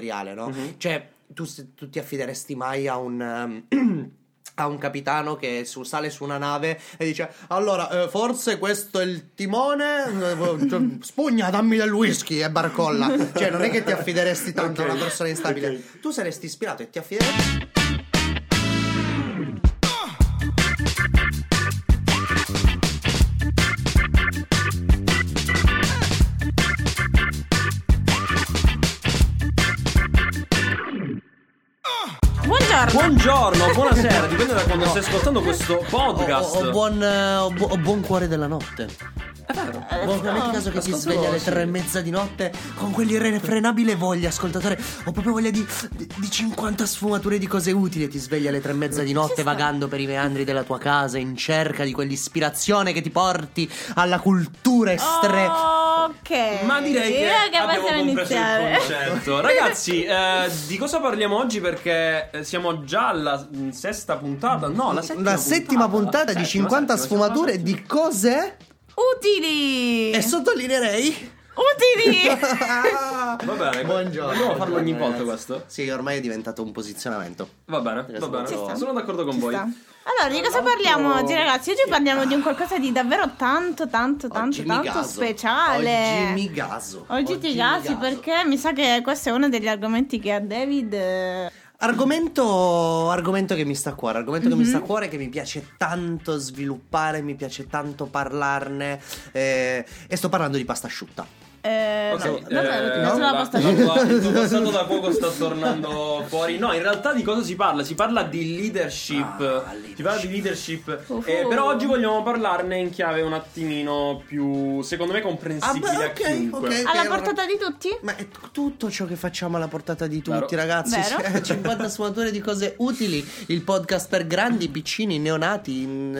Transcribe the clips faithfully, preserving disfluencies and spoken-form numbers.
materiale, no? Mm-hmm. Cioè tu, tu ti affideresti mai a un um, a un capitano che su, sale su una nave e dice: allora eh, forse questo è il timone, eh, spugna, dammi del whisky e barcolla. Cioè non è che ti affideresti tanto okay. a una persona instabile, okay. Tu saresti ispirato e ti affideresti. Buongiorno. Buongiorno, buonasera, dipende da quando no. stai ascoltando questo podcast. O, o, o, buon, o, bu- o buon cuore della notte. È vero. Eh, Buon, no, metti caso che ti sveglia alle tre e mezza di notte con quell'irrefrenabile voglia, ascoltatore. Ho proprio voglia di, di, di cinquanta sfumature di cose utili. E ti sveglia alle tre e mezza di notte vagando per i meandri della tua casa in cerca di quell'ispirazione che ti porti alla cultura estrema. Ok. Ma direi che, che abbiamo compreso iniziare. il concetto. Ragazzi, eh, di cosa parliamo oggi? Perché siamo già alla sesta puntata. No, la settima, la settima puntata, puntata la di settima, cinquanta settima, sfumature settima. di cose Utili. e sottolineerei Utili. Va bene, buongiorno. Dobbiamo farlo ogni Buongiorno, volta ragazzi. questo? Sì, ormai è diventato un posizionamento. Va bene, va bene. Ci sta. Sono d'accordo con Ci voi. sta. Allora, di cosa parliamo oggi, ragazzi? Oggi parliamo di un qualcosa di davvero tanto, tanto, tanto, Oggi mi tanto gaso. speciale. Oggi mi gaso. Oggi ti mi gasi gaso. perché mi sa che questo è uno degli argomenti che a David... eh, Argomento, argomento che mi sta a cuore, argomento Mhm. che mi sta a cuore, che mi piace tanto sviluppare, mi piace tanto parlarne, eh, e sto parlando di pasta asciutta. Eh, Ok, no, eh, davvero, ti piace la- la pasta la- asciutta? la- il tuo passato da poco sta tornando fuori. No, in realtà di cosa si parla? Si parla di leadership. Ah, Si parla di leadership. Uh-huh. Eh, però oggi vogliamo parlarne in chiave un attimino più, secondo me, comprensibile Ah, beh, a ok, chiunque. ok. Alla allora- portata di tutti? Ma è t- tutto ciò che facciamo alla portata di tutti, Vero. ragazzi. Vero. cinquanta sfumature di cose utili. Il podcast per grandi, piccini, neonati. in-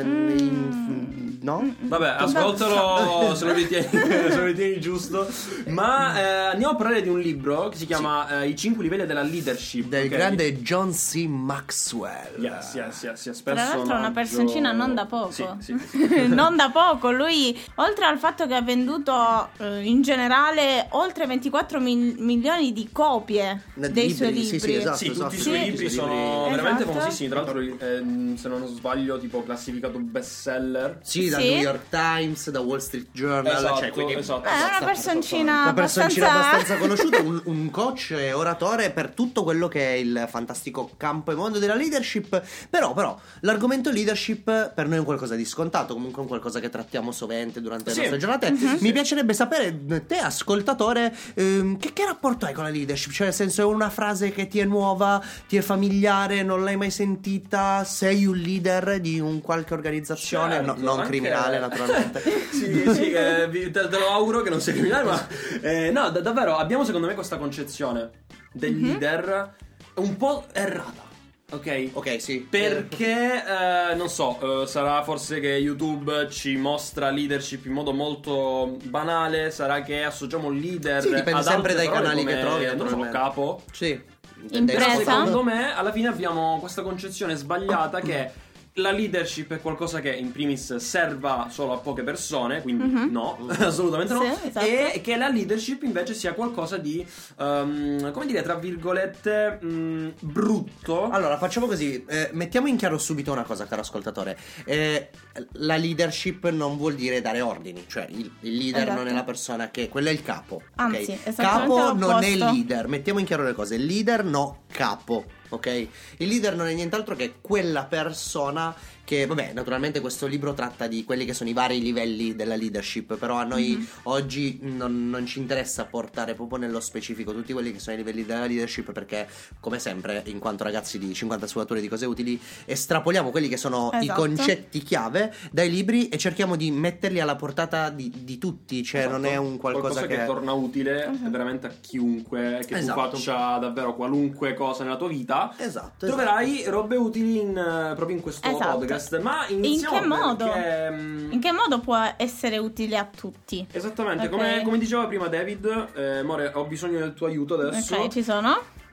in- no? Vabbè, ascoltalo se lo ritieni, se lo ritieni giusto. Ma eh, andiamo a parlare di un libro che si chiama eh, I cinque livelli della leadership. Del ok? grande John C. Maxwell. Yes, yes, yes, yes. Tra l'altro è una personaggio- personcina non da poco. Sì, sì, sì. Non da poco. Lui, oltre al fatto che ha venduto eh, in generale oltre ventiquattro mil- milioni di copie Di dei libri, suoi sì, libri. sì, esatto. Sì, tutti i Sì. suoi libri Sì. sono Esatto. veramente famosissimi. Tra l'altro, ehm, se non sbaglio, tipo classificato bestseller. Sì, da Sì. New York Times, da Wall Street Journal. Esatto, cioè, quindi esatto. Eh, è una personcina una personcina abbastanza... abbastanza conosciuta, un, un coach e oratore per tutto quello che è il fantastico campo e mondo della leadership. Però, però, l'argomento leadership per noi è un qualcosa di scontato, comunque è un qualcosa che trattiamo sovente durante Sì. le nostre giornate. Mhm. Mi piacerebbe sapere, te ascoltatore, ehm, che, che rapporto hai con la leadership? Cioè, nel senso, è una frase che ti è nuova, ti è familiare, non l'hai mai sentita? Sei un leader di un qualche organizzazione? Certo, No, non anche- criminale, naturalmente. Sì, sì, eh, vi- te, te lo auguro che non sia criminale, ma eh, no, da- davvero abbiamo secondo me questa concezione del Mhm. leader un po' errata. Ok? Ok, sì. Perché, eh, non so, eh, sarà forse che YouTube ci mostra leadership in modo molto banale, sarà che associamo leader Sì, dipende ad sempre altre dai parole canali che come, trovi, non so, naturalmente. capo. Sì. Impresa. Dai- Secondo me, alla fine abbiamo questa concezione sbagliata che la leadership è qualcosa che in primis serva solo a poche persone, quindi Mhm. no, assolutamente no. Sì, esatto. E che la leadership invece sia qualcosa di, um, come dire, tra virgolette, mm, brutto. Allora, facciamo così, eh, mettiamo in chiaro subito una cosa, caro ascoltatore. Eh, la leadership non vuol dire dare ordini, cioè il, il leader Esatto. non è la persona che... quello è il capo. Anzi, ok? esattamente Capo non è l'opposto. leader, mettiamo in chiaro le cose. Leader no, capo. Ok? Il leader non è nient'altro che quella persona che, vabbè, naturalmente questo libro tratta di quelli che sono i vari livelli della leadership, però a noi Mhm. oggi non, non ci interessa portare proprio nello specifico tutti quelli che sono i livelli della leadership, perché come sempre, in quanto ragazzi di cinquanta sfumature di cose utili, estrapoliamo quelli che sono i Esatto. concetti chiave dai libri e cerchiamo di metterli alla portata di, di tutti, cioè Esatto. non è un qualcosa, che... torna utile Mhm. veramente a chiunque, che Esatto. tu faccia davvero qualunque cosa nella tua vita. Esatto, Troverai esatto. robe utili in, eh, proprio in questo Esatto. podcast. Ma In iniziamo che modo? perché, mm, In che modo può essere utile a tutti? Esattamente, Ok. come, come diceva prima David, eh, amore, ho bisogno del tuo aiuto adesso. Ok, ci sono?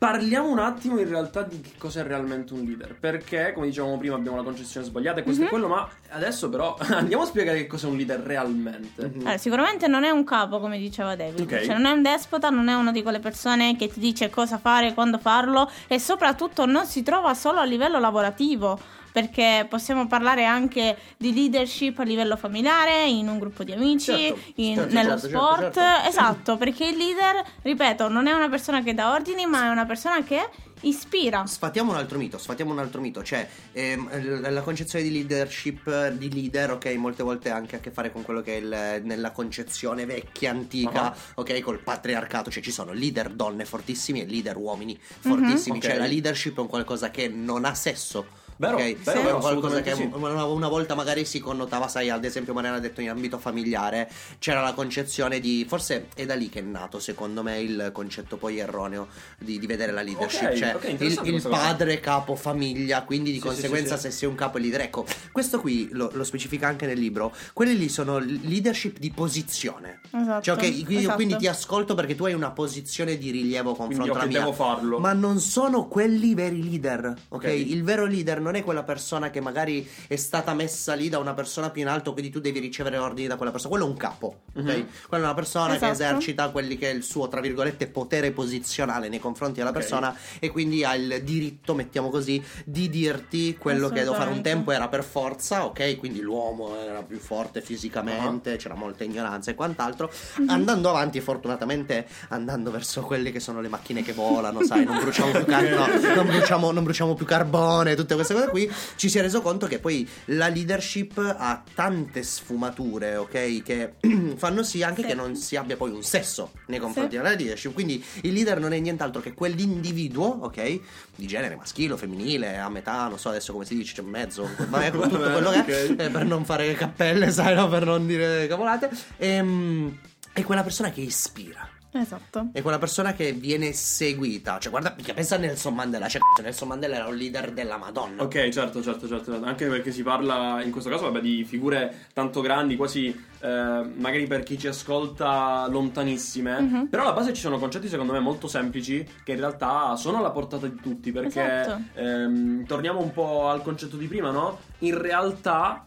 Parliamo un attimo in realtà di che cosa è realmente un leader, perché come dicevamo prima abbiamo una concezione sbagliata e questo mm-hmm. è quello, ma adesso però andiamo a spiegare che cos'è un leader realmente. Mm-hmm. Allora, sicuramente non è un capo, come diceva David, okay. Cioè non è un despota, non è una di quelle persone che ti dice cosa fare, quando farlo, e soprattutto non si trova solo a livello lavorativo, perché possiamo parlare anche di leadership a livello familiare, in un gruppo di amici, certo, in, certo, nello certo, sport, certo, certo. Esatto, perché il leader, ripeto, non è una persona che dà ordini, ma è una persona che ispira. Sfatiamo un altro mito, sfatiamo un altro mito, cioè ehm, la concezione di leadership, di leader, ok, molte volte ha anche a che fare con quello che è il, nella concezione vecchia, antica, uh-huh. ok, col patriarcato, cioè ci sono leader donne fortissimi e leader uomini fortissimi, uh-huh. cioè okay. la leadership è un qualcosa che non ha sesso. Vero, okay? vero, sì. vero, qualcosa che sì. una, una volta magari si connotava, sai, ad esempio Mariana ha detto in ambito familiare c'era la concezione di, forse è da lì che è nato secondo me il concetto poi erroneo di, di vedere la leadership, okay, cioè okay, il, il padre cosa. capo famiglia, quindi di sì, conseguenza sì, sì, se sei un capo è leader. Ecco, questo qui lo, lo specifica anche nel libro, quelli lì sono leadership di posizione, esatto, cioè ok, quindi, esatto. quindi ti ascolto perché tu hai una posizione di rilievo confronto alla mia, devo farlo. ma non sono quelli veri leader, ok? okay. Il vero leader non è quella persona che magari è stata messa lì da una persona più in alto, quindi tu devi ricevere ordini da quella persona. Quello è un capo, ok? Uh-huh. Quella è una persona esatto. che esercita quelli che è il suo, tra virgolette, potere posizionale nei confronti della okay. persona, e quindi ha il diritto, mettiamo così, di dirti quello che devo fare. Un tempo era per forza, ok? Quindi l'uomo era più forte fisicamente, uh-huh. c'era molta ignoranza e quant'altro. Uh-huh. Andando avanti, fortunatamente, andando verso quelle che sono le macchine che volano, sai, non bruciamo più car- no, non bruciamo, non bruciamo più carbone, tutte queste cose qui, ci si è reso conto che poi la leadership ha tante sfumature, ok? Che fanno sì anche sì. che non si abbia poi un sesso nei confronti sì. della leadership. Quindi il leader non è nient'altro che quell'individuo, ok? Di genere maschile o femminile, a metà, non so adesso come si dice, c'è mezzo, vabbè, tutto quello che okay. è, eh, per non fare cappelle, sai, no? Per non dire cavolate. Ehm, è quella persona che ispira. Esatto. È quella persona che viene seguita. Cioè guarda, pensa a Nelson Mandela. Cioè Nelson Mandela era un leader della Madonna. Ok, certo, certo, certo. Anche perché si parla in questo caso vabbè di figure tanto grandi, quasi eh, magari per chi ci ascolta lontanissime. Mm-hmm. Però alla base ci sono concetti secondo me molto semplici che in realtà sono alla portata di tutti. Perché esatto. ehm, torniamo un po' al concetto di prima, no? In realtà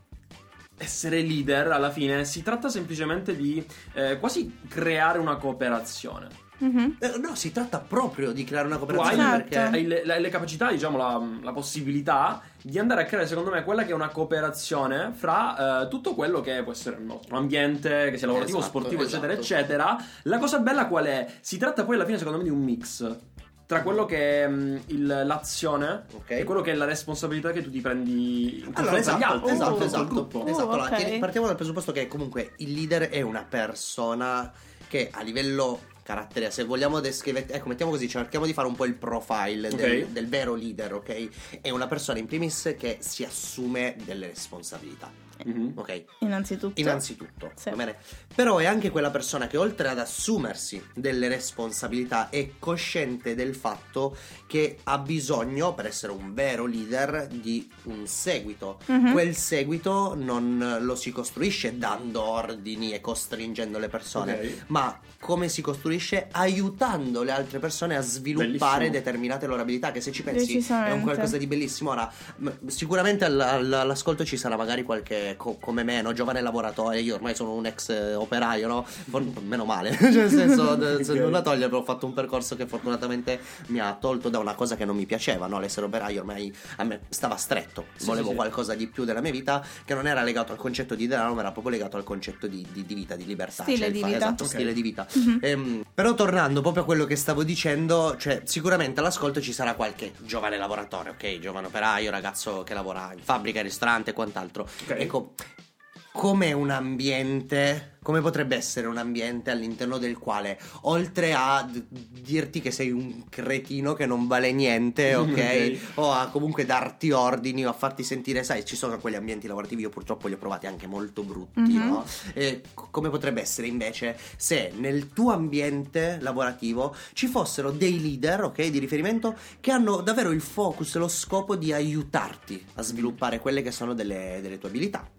essere leader alla fine si tratta semplicemente di eh, quasi creare una cooperazione. Mm-hmm. Eh, no, si tratta proprio di creare una cooperazione, hai, perché hai le, le, le capacità, diciamo la, la possibilità di andare a creare secondo me quella che è una cooperazione fra eh, tutto quello che può essere il nostro ambiente, che sia lavorativo, esatto, sportivo, esatto. eccetera eccetera. La cosa bella qual è? Si tratta poi alla fine secondo me di un mix tra quello che è mh, il, l'azione okay. e quello che è la responsabilità che tu ti prendi in allora, esatto, agli altri, esatto, uh, esatto, gruppo. esatto. Uh, allora, okay. partiamo dal presupposto che comunque il leader è una persona che a livello carattere, se vogliamo descrivere, ecco, mettiamo così, cerchiamo di fare un po' il profile okay. del, del vero leader, ok? È una persona in primis che si assume delle responsabilità. Mm-hmm. Ok, innanzitutto innanzitutto sì. va bene? Però è anche quella persona che oltre ad assumersi delle responsabilità è cosciente del fatto che ha bisogno, per essere un vero leader, di un seguito. Mm-hmm. Quel seguito non lo si costruisce dando ordini e costringendo le persone, okay. ma come si costruisce? Aiutando le altre persone a sviluppare bellissimo. Determinate loro abilità, che se ci pensi è un qualcosa di bellissimo. Ora sicuramente all'ascolto ci sarà magari qualche Co- come me, no? Giovane lavoratore. Io ormai sono un ex eh, operaio, no? Meno male. Cioè, nel senso, de- se non la togliere, però ho fatto un percorso che fortunatamente mi ha tolto da una cosa che non mi piaceva, no? L'essere operaio ormai a me stava stretto. Sì, volevo sì, qualcosa sì. di più della mia vita, che non era legato al concetto di denaro, ma era proprio legato al concetto di, di, di vita, di libertà. Stile cioè, di fa- vita. Esatto, okay. stile di vita. Mm-hmm. Ehm, però tornando proprio a quello che stavo dicendo, cioè sicuramente all'ascolto ci sarà qualche giovane lavoratore, ok? Giovane operaio, ragazzo che lavora in fabbrica, ristorante e quant'altro. Okay. Ecco, come un ambiente, come potrebbe essere un ambiente all'interno del quale, oltre a d- dirti che sei un cretino che non vale niente, ok? Okay. O a comunque darti ordini o a farti sentire, sai, ci sono quegli ambienti lavorativi, io purtroppo li ho provati anche molto brutti, mm-hmm. no? E c- come potrebbe essere invece se nel tuo ambiente lavorativo ci fossero dei leader, ok, di riferimento, che hanno davvero il focus e lo scopo di aiutarti a sviluppare quelle che sono delle, delle tue abilità.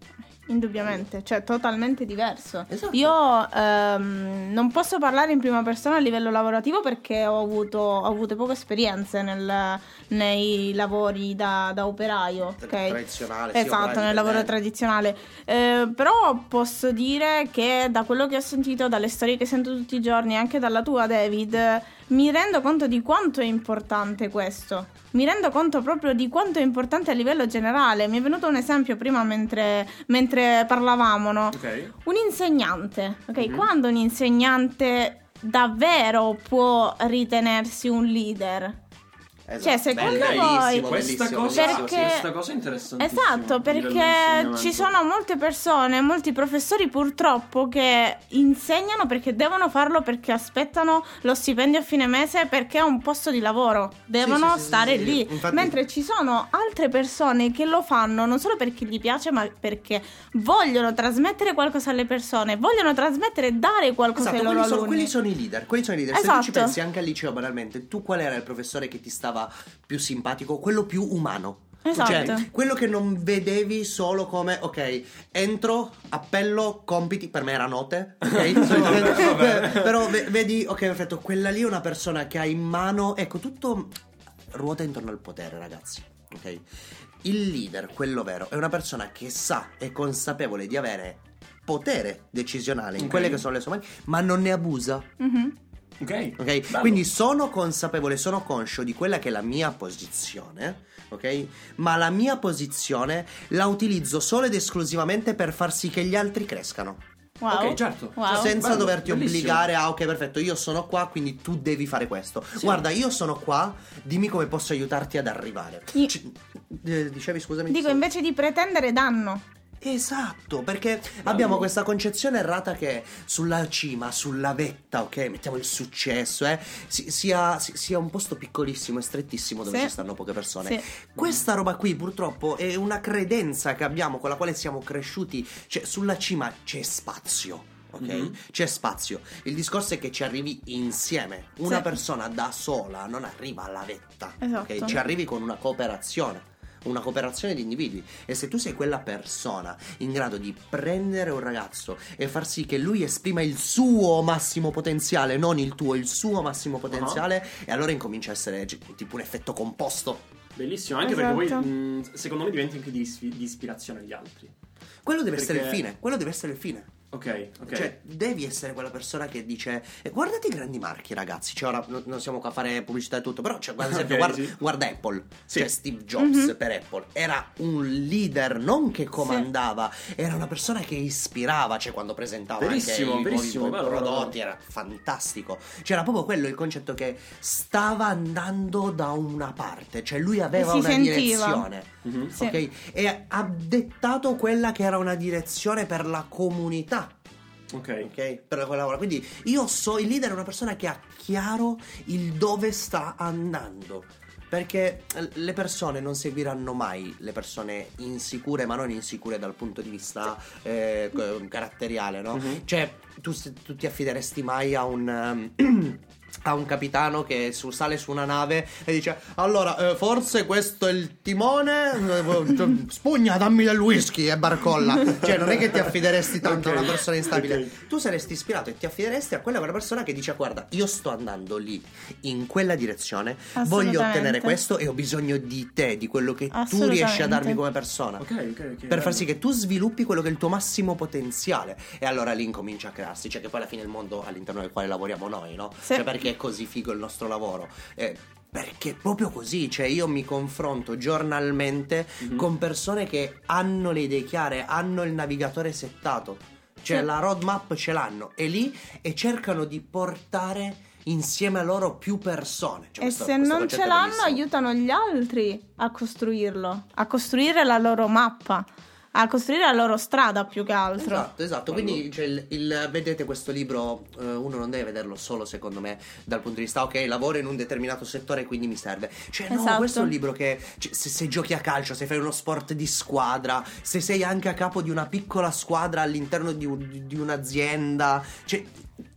Indubbiamente, cioè totalmente diverso. Esatto. Io ehm, non posso parlare in prima persona a livello lavorativo perché ho avuto, ho avuto poche esperienze nel, nei lavori da, da operaio, ok? Tradizionale, sì, Esatto, operaio nel lavoro dipendente. tradizionale. Eh, però posso dire che da quello che ho sentito, dalle storie che sento tutti i giorni, anche dalla tua, David, mi rendo conto di quanto è importante questo. Mi rendo conto proprio di quanto è importante a livello generale. Mi è venuto un esempio prima mentre, mentre parlavamo, no? Ok. Un insegnante, ok? Mhm. Quando un insegnante davvero può ritenersi un leader? Esatto. Cioè, secondo Bellissimo, voi- Questa bellissimo, cosa, bellissimo. Perché- questa cosa è interessantissima. Esatto, a livello di perché insegnamento. ci sono molte persone, molti professori purtroppo che insegnano perché devono farlo, perché aspettano lo stipendio a fine mese, perché è un posto di lavoro, devono sì, sì, sì, stare sì, lì. sì. Infatti- Mentre ci sono altre persone che lo fanno non solo perché gli piace, ma perché vogliono trasmettere qualcosa alle persone, vogliono trasmettere e dare qualcosa Esatto, ai loro quelli sono, alunni. quelli sono i leader, quelli sono i leader. Se Esatto. tu ci pensi anche al liceo banalmente, tu qual era il professore che ti stava più simpatico? Quello più umano. Esatto. Cioè, quello che non vedevi solo come, ok, entro, appello, compiti, per me era note, ok? vabbè. Però ve- vedi, ok, perfetto, quella lì è una persona che ha in mano, ecco, tutto ruota intorno al potere, ragazzi, ok? Il leader, quello vero, è una persona che sa, è consapevole di avere potere decisionale in Ok. quelle che sono le sue mani, ma non ne abusa. Mhm. Ok. Ok, Bello. quindi sono consapevole, sono conscio di quella che è la mia posizione, ok? Ma la mia posizione la utilizzo solo ed esclusivamente per far sì che gli altri crescano. Wow. Ok, certo. Wow. Senza Bello, doverti bellissimo. obbligare a, ok, perfetto, io sono qua, quindi tu devi fare questo. Sì. Guarda, io sono qua, dimmi come posso aiutarti ad arrivare. Io- Ci- eh, dicevi, scusami? Dico, Sì. invece di pretendere, danno. Esatto, perché abbiamo questa concezione errata che sulla cima, sulla vetta, ok, mettiamo il successo, eh, si- sia, si- sia un posto piccolissimo e strettissimo dove Sì. ci stanno poche persone. Sì. Questa roba qui purtroppo è una credenza che abbiamo, con la quale siamo cresciuti, cioè sulla cima c'è spazio. Ok? Mhm. C'è spazio. Il discorso è che ci arrivi insieme. Una Sì. persona da sola non arriva alla vetta. Esatto. Ok? Ci arrivi con una cooperazione. Una cooperazione di individui. E se tu sei quella persona in grado di prendere un ragazzo e far sì che lui esprima il suo massimo potenziale, non il tuo, il suo massimo potenziale, e allora incomincia a essere gi- tipo un effetto composto. Bellissimo, anche Esatto. perché poi mh, secondo me diventi anche di, ispi- di ispirazione agli altri. Quello deve essere il Perché- fine. Quello deve essere il fine. Ok, ok. Cioè, devi essere quella persona che dice: eh, guardate i grandi marchi, ragazzi. Cioè, ora no- non siamo qua a fare pubblicità e tutto. Però, cioè, ad esempio, Ok, guarda, sì. guarda Apple. Sì. Cioè, Steve Jobs Mhm. per Apple era un leader, non che comandava, era una persona che ispirava. Cioè, quando presentava Verissimo, anche i nuovi verissimo, bello, bello, prodotti, era fantastico. C'era proprio quello il concetto che stava andando da una parte. Cioè, lui aveva Si una sentiva. direzione. Mhm. Sì. Ok? E ha dettato quella che era una direzione per la comunità. Ok. Ok, per quella lavoro. Quindi io so, il leader è una persona che ha chiaro il dove sta andando. Perché eh, le persone non seguiranno mai le persone insicure, ma non insicure dal punto di vista eh, co- caratteriale, no? Mhm. Cioè, tu, s- tu ti affideresti mai a un. um, a un capitano che su- sale su una nave e dice: allora, eh, forse questo è il timone, eh, cioè, spugna, dammi del whisky e barcolla. Cioè, non è che ti affideresti tanto Ok, a una persona instabile. ok. Tu saresti ispirato e ti affideresti a quella persona che dice: guarda, io sto andando lì in quella direzione, voglio Assolutamente. ottenere questo e ho bisogno di te, di quello che tu Assolutamente. riesci a darmi come persona. Ok, ok, ok. Per far sì che tu sviluppi quello che è il tuo massimo potenziale. E allora lì incomincia a crearsi. Cioè, che poi alla fine il mondo all'interno del quale lavoriamo noi, no? Sì. Cioè, perché è così figo il nostro lavoro. Eh, perché è proprio così. Cioè, io mi confronto giornalmente Mhm. con persone che hanno le idee chiare, hanno il navigatore settato. Cioè, Sì. la roadmap ce l'hanno. E lì e cercano di portare insieme a loro più persone. Cioè, E questo- se questo non concetto ce è l'hanno, bellissimo. aiutano gli altri a costruirlo, a costruire la loro mappa, a costruire la loro strada più che altro. Esatto, esatto. Quindi cioè, il, il- vedete questo libro, eh, uno non deve vederlo solo, secondo me, dal punto di vista, ok, lavoro in un determinato settore, quindi mi serve. Cioè, no, Esatto. questo è un libro che cioè, se, se giochi a calcio, se fai uno sport di squadra, se sei anche a capo di una piccola squadra all'interno di, un- di un'azienda, cioè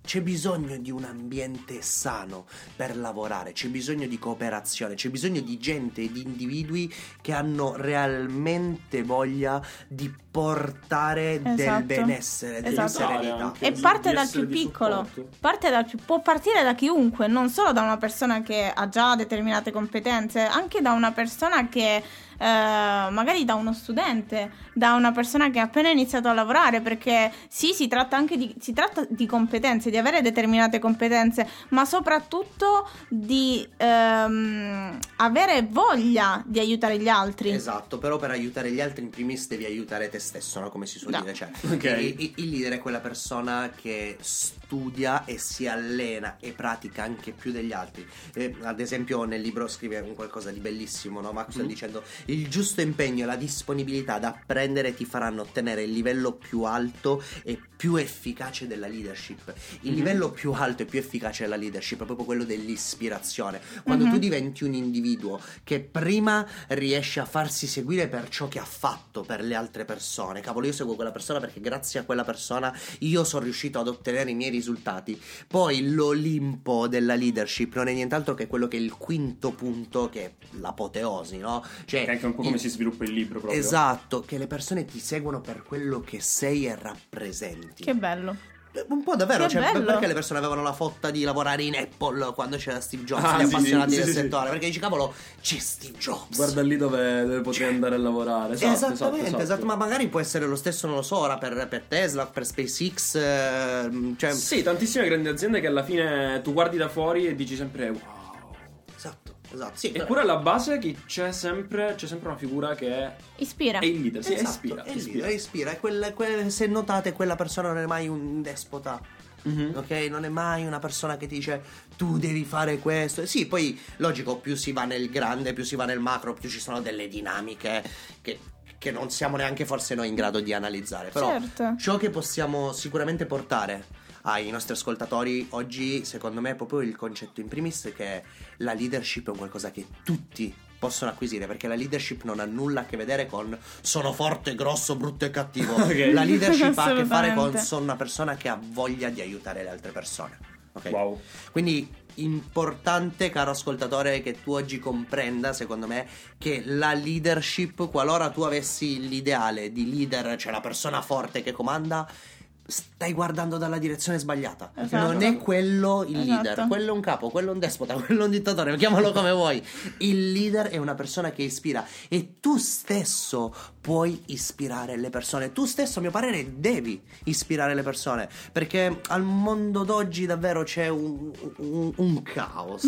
c'è bisogno di un ambiente sano per lavorare, c'è bisogno di cooperazione, c'è bisogno di gente e di individui che hanno realmente voglia di portare Esatto. del benessere, della Esatto. serenità. Anche E di- parte di dal essere più di piccolo, supporto. parte dal più- può partire da chiunque, non solo da una persona che ha già determinate competenze, anche da una persona che eh, magari da uno studente, da una persona che ha appena iniziato a lavorare, perché sì, si tratta anche di, si tratta di competenze, di avere determinate competenze, ma soprattutto di ehm, avere voglia di aiutare gli altri. Esatto, però per aiutare gli altri in primis devi aiutare te stesso, no? Come si suol No. dire, cioè Ok. il, il- il leader è quella persona che studia e si allena e pratica anche più degli altri. Eh, ad esempio nel libro scrive un qualcosa di bellissimo, no? Max sta Mhm. dicendo: il giusto impegno e la disponibilità ad apprendere ti faranno ottenere il livello più alto e più efficace della leadership. Il Mhm. livello più alto e più efficace della leadership è proprio quello dell'ispirazione. Quando Mhm. tu diventi un individuo che prima riesce a farsi seguire per ciò che ha fatto per le altre persone. Cavolo, io seguo quella persona perché grazie a quella persona io sono riuscito ad ottenere i miei risultati. Poi l'Olimpo della leadership non è nient'altro che quello che è il quinto punto, che è l'apoteosi, no? Cioè, Che è anche un po' come il- si sviluppa il libro proprio. Esatto, che le persone ti seguono per quello che sei e rappresenti. Che bello. Eh, Un po' davvero, Che cioè, bello. perché le persone avevano la fotta di lavorare in Apple quando c'era Steve Jobs, Ah, gli sì, appassionati sì, del sì, sì. settore? Perché dici, cavolo, c'è Steve Jobs. Guarda lì dove, dove potrei andare a lavorare. Esatto, Esattamente, esatto, esatto, esatto. ma magari può essere lo stesso, non lo so, ora per, per Tesla, per SpaceX, eh, cioè, Sì, tantissime grandi aziende che alla fine tu guardi da fuori e dici sempre wow. esatto, esatto, sì, Eppure alla base che c'è sempre, c'è sempre una figura che è, Ispira. è il leader, sì, esatto, ispira, è ispira. ispira, ispira. E quel- quel- se notate, quella persona non è mai un despota. Mhm. Ok, non è mai una persona che ti dice tu devi fare questo. Sì, poi logico, più si va nel grande, più si va nel macro, più ci sono delle dinamiche che, che non siamo neanche forse noi in grado di analizzare. Però Certo. ciò che possiamo sicuramente portare ai nostri ascoltatori oggi, secondo me, è proprio il concetto in primis che la leadership è un qualcosa che tutti possono acquisire, perché la leadership non ha nulla a che vedere con sono forte, grosso, brutto e cattivo. Ok. La leadership ha a che fare con Assolutamente. sono una persona che ha voglia di aiutare le altre persone. Ok? Wow. Quindi importante, caro ascoltatore, che tu oggi comprenda, secondo me, che la leadership, qualora tu avessi l'ideale di leader, cioè la persona forte che comanda, stai guardando dalla direzione sbagliata. Esatto. Non è quello il Esatto. leader, quello è un capo, quello è un despota, quello è un dittatore, chiamalo come vuoi. Il leader è una persona che ispira e tu stesso puoi ispirare le persone. Tu stesso, a mio parere, devi ispirare le persone, perché al mondo d'oggi davvero c'è un, un, un caos,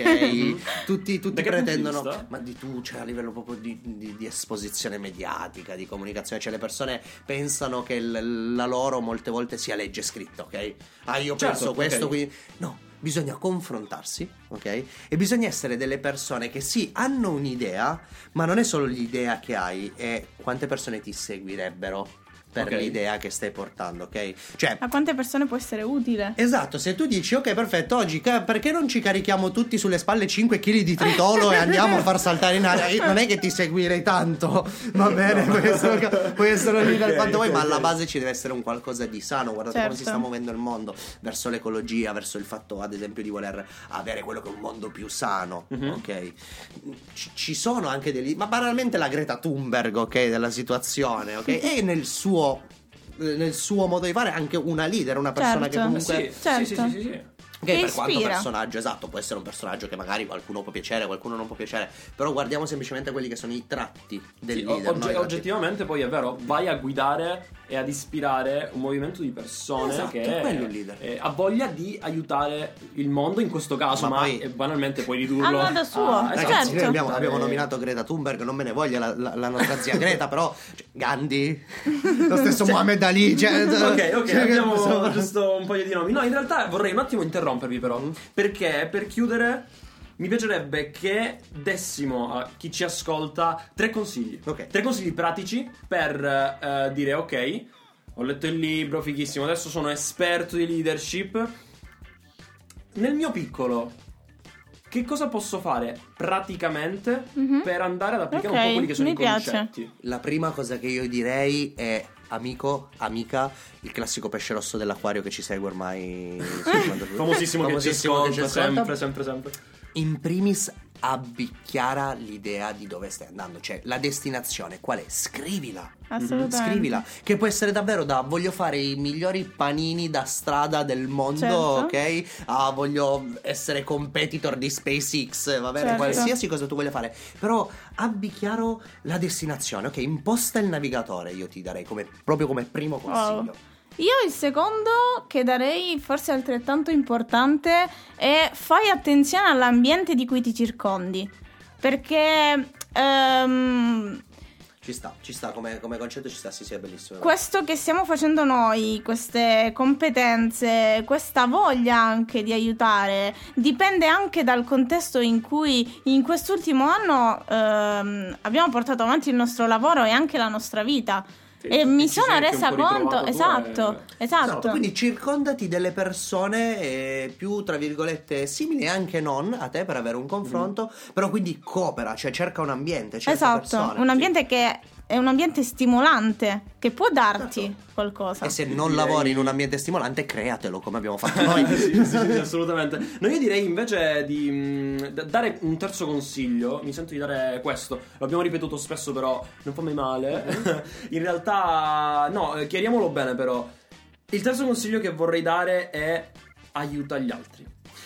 ok? tutti tutti Da che punto di pretendono, vista? ma di tu, cioè a livello proprio di, di- di esposizione mediatica, di comunicazione, cioè le persone pensano che l- la loro molte volte sia legge scritta, ok? Ah, io Certo, penso questo, ok. quindi no, bisogna confrontarsi, ok? E bisogna essere delle persone che sì, hanno un'idea, ma non è solo l'idea che hai, è quante persone ti seguirebbero per Ok. l'idea che stai portando, ok? Cioè, A quante persone può essere utile? esatto, se tu dici ok, perfetto, oggi ca- perché non ci carichiamo tutti sulle spalle cinque chili di tritolo e andiamo a far saltare in aria? Io non è che ti seguirei tanto, va bene, puoi essere, puoi essere lì dal Ok, quanto vuoi, ok, ma alla ok. base ci deve essere un qualcosa di sano. Guardate come si Certo. sta muovendo il mondo verso l'ecologia, verso il fatto ad esempio di voler avere quello che è un mondo più sano, Mhm. ok? Ci, ci sono anche degli, ma banalmente la Greta Thunberg, ok, della situazione, ok? E nel suo nel suo modo di fare anche una leader, una persona Certo. che Eh comunque sì, Certo. sì, sì, sì, sì. che Che per quanto ispira. personaggio, esatto, può essere un personaggio che magari qualcuno può piacere, qualcuno non può piacere, però guardiamo semplicemente quelli che sono i tratti del Sì, leader, ogge- no? I tratti- oggettivamente poi è vero, vai a guidare e ad ispirare un movimento di persone Esatto, che è quello il leader. eh, ha voglia di aiutare il mondo in questo caso, Ma ma, poi- eh, banalmente puoi ridurlo A modo suo, a- Ragazzi, certo. noi abbiamo, abbiamo Eh, nominato Greta Thunberg, non me ne voglia la, la- la nostra zia Greta, però cioè, Gandhi, lo stesso Muhammad Ali, cioè, Ok, ok, cioè, abbiamo insomma- giusto un paio di nomi. No, in realtà vorrei un attimo interrompervi però, perché per chiudere mi piacerebbe che dessimo a chi ci ascolta tre consigli. Ok. Tre consigli pratici per eh, dire ok, ho letto il libro, fighissimo, adesso sono esperto di leadership. Nel mio piccolo, che cosa posso fare praticamente Mhm. per andare ad applicare un Ok, po' quelli che sono mi i piace. concetti? La prima cosa che io direi è amico, amica, il classico pesce rosso dell'acquario che ci segue ormai. Famosissimo, Famosissimo che che ci ci ascolta, sempre, ascolta. sempre, sempre. In primis abbi chiara l'idea di dove stai andando, cioè la destinazione qual è, scrivila. Assolutamente. Scrivila, che può essere davvero da voglio fare i migliori panini da strada del mondo, Certo. ok? Ah, voglio essere competitor di SpaceX, va bene, Certo. qualsiasi cosa tu voglia fare, però abbi chiaro la destinazione, ok? Imposta il navigatore, io ti darei come, proprio come primo consiglio. Wow. Io il secondo che darei, forse altrettanto importante, è fai attenzione all'ambiente di cui ti circondi. Perché ehm, Ci sta, ci sta, come, come concetto ci sta, sì sì, è bellissimo. questo che stiamo facendo noi, queste competenze, questa voglia anche di aiutare, dipende anche dal contesto in cui in quest'ultimo anno ehm, abbiamo portato avanti il nostro lavoro e anche la nostra vita. Sì, E sì, mi ci sono sei anche resa un po' conto, ritrovato tu esatto, e- esatto. Esatto, quindi circondati delle persone eh, più, tra virgolette, simili e anche non a te per avere un confronto, Mm. però quindi coopera, cioè cerca un ambiente, cerca Esatto, persone. un ambiente che è un ambiente stimolante, che può darti Certo. qualcosa. E se non Direi- lavori in un ambiente stimolante, createlo come abbiamo fatto noi. sì, sì, sì, assolutamente. No, io direi invece di mh, d- dare un terzo consiglio. Mi sento di dare questo. L'abbiamo ripetuto spesso, però non fammi male. In realtà, no, eh, chiariamolo bene, però. Il terzo consiglio che vorrei dare è aiuta gli altri.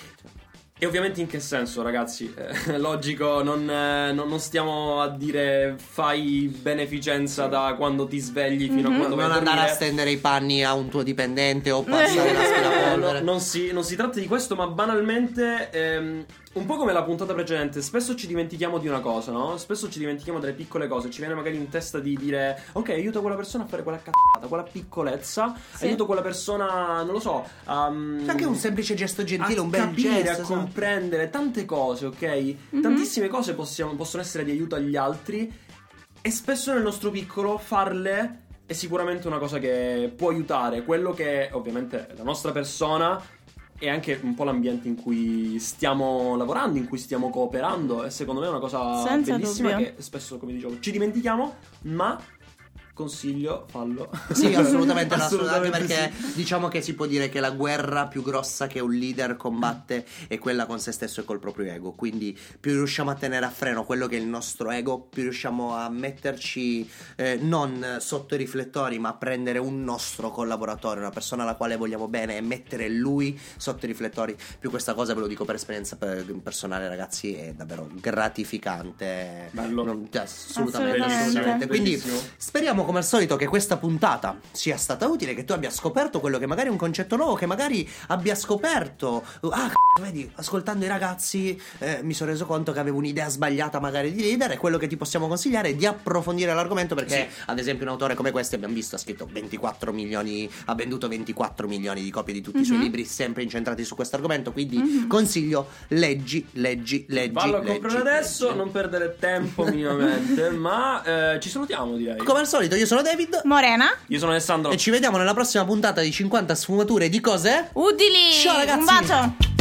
E ovviamente in che senso, ragazzi? Eh, logico, non, eh, non, non stiamo a dire fai beneficenza da quando ti svegli fino Mhm. a quando vai Non a andare dormire. a stendere i panni a un tuo dipendente o passare Eh, l'aspirapolvere. no, non, si, non si tratta di questo, ma banalmente, ehm, un po' come la puntata precedente, spesso ci dimentichiamo di una cosa, no? Spesso ci dimentichiamo delle piccole cose, ci viene magari in testa di dire ok, aiuto quella persona a fare quella cazzata, quella piccolezza, Sì. aiuto quella persona, non lo so, a, C'è anche un semplice gesto gentile, a un bel capire, gesto, a esatto. comprendere tante cose, ok? Tantissime cose possiamo- possono essere di aiuto agli altri e spesso nel nostro piccolo farle è sicuramente una cosa che può aiutare quello che ovviamente è la nostra persona e anche un po' l'ambiente in cui stiamo lavorando, in cui stiamo cooperando e secondo me è una cosa Senza bellissima dubbio. che spesso, come dicevo, ci dimentichiamo, ma consiglio, fallo. Sì, assolutamente, no, assolutamente, Assolutamente perché sì. diciamo che si può dire che la guerra più grossa che un leader combatte è quella con se stesso e col proprio ego. Quindi più riusciamo a tenere a freno quello che è il nostro ego, più riusciamo a metterci eh, non sotto i riflettori, ma a prendere un nostro collaboratore, una persona alla quale vogliamo bene e mettere lui sotto i riflettori. Più questa cosa, ve lo dico per esperienza per- personale, ragazzi, è davvero gratificante. Bello. Non- cioè, assolutamente, Assolutamente. assolutamente. Quindi Bellissimo. speriamo come al solito che questa puntata sia stata utile, che tu abbia scoperto quello che magari è un concetto nuovo, che magari abbia scoperto ah c***o, vedi, ascoltando i ragazzi eh, mi sono reso conto che avevo un'idea sbagliata magari di leader, e quello che ti possiamo consigliare è di approfondire l'argomento, perché Sì. ad esempio un autore come questo abbiamo visto ha scritto ventiquattro milioni, ha venduto ventiquattro milioni di copie di tutti i suoi Mhm. libri sempre incentrati su questo argomento, quindi consiglio, leggi, leggi, leggi, Vallo a leggi, comprare adesso, leggi. non perdere tempo minimamente, ma eh, ci salutiamo, direi. Come al solito io sono David Morena, Io sono Alessandro. e ci vediamo nella prossima puntata di cinquanta sfumature di cose. utili, Ciao, ragazzi. un bacio.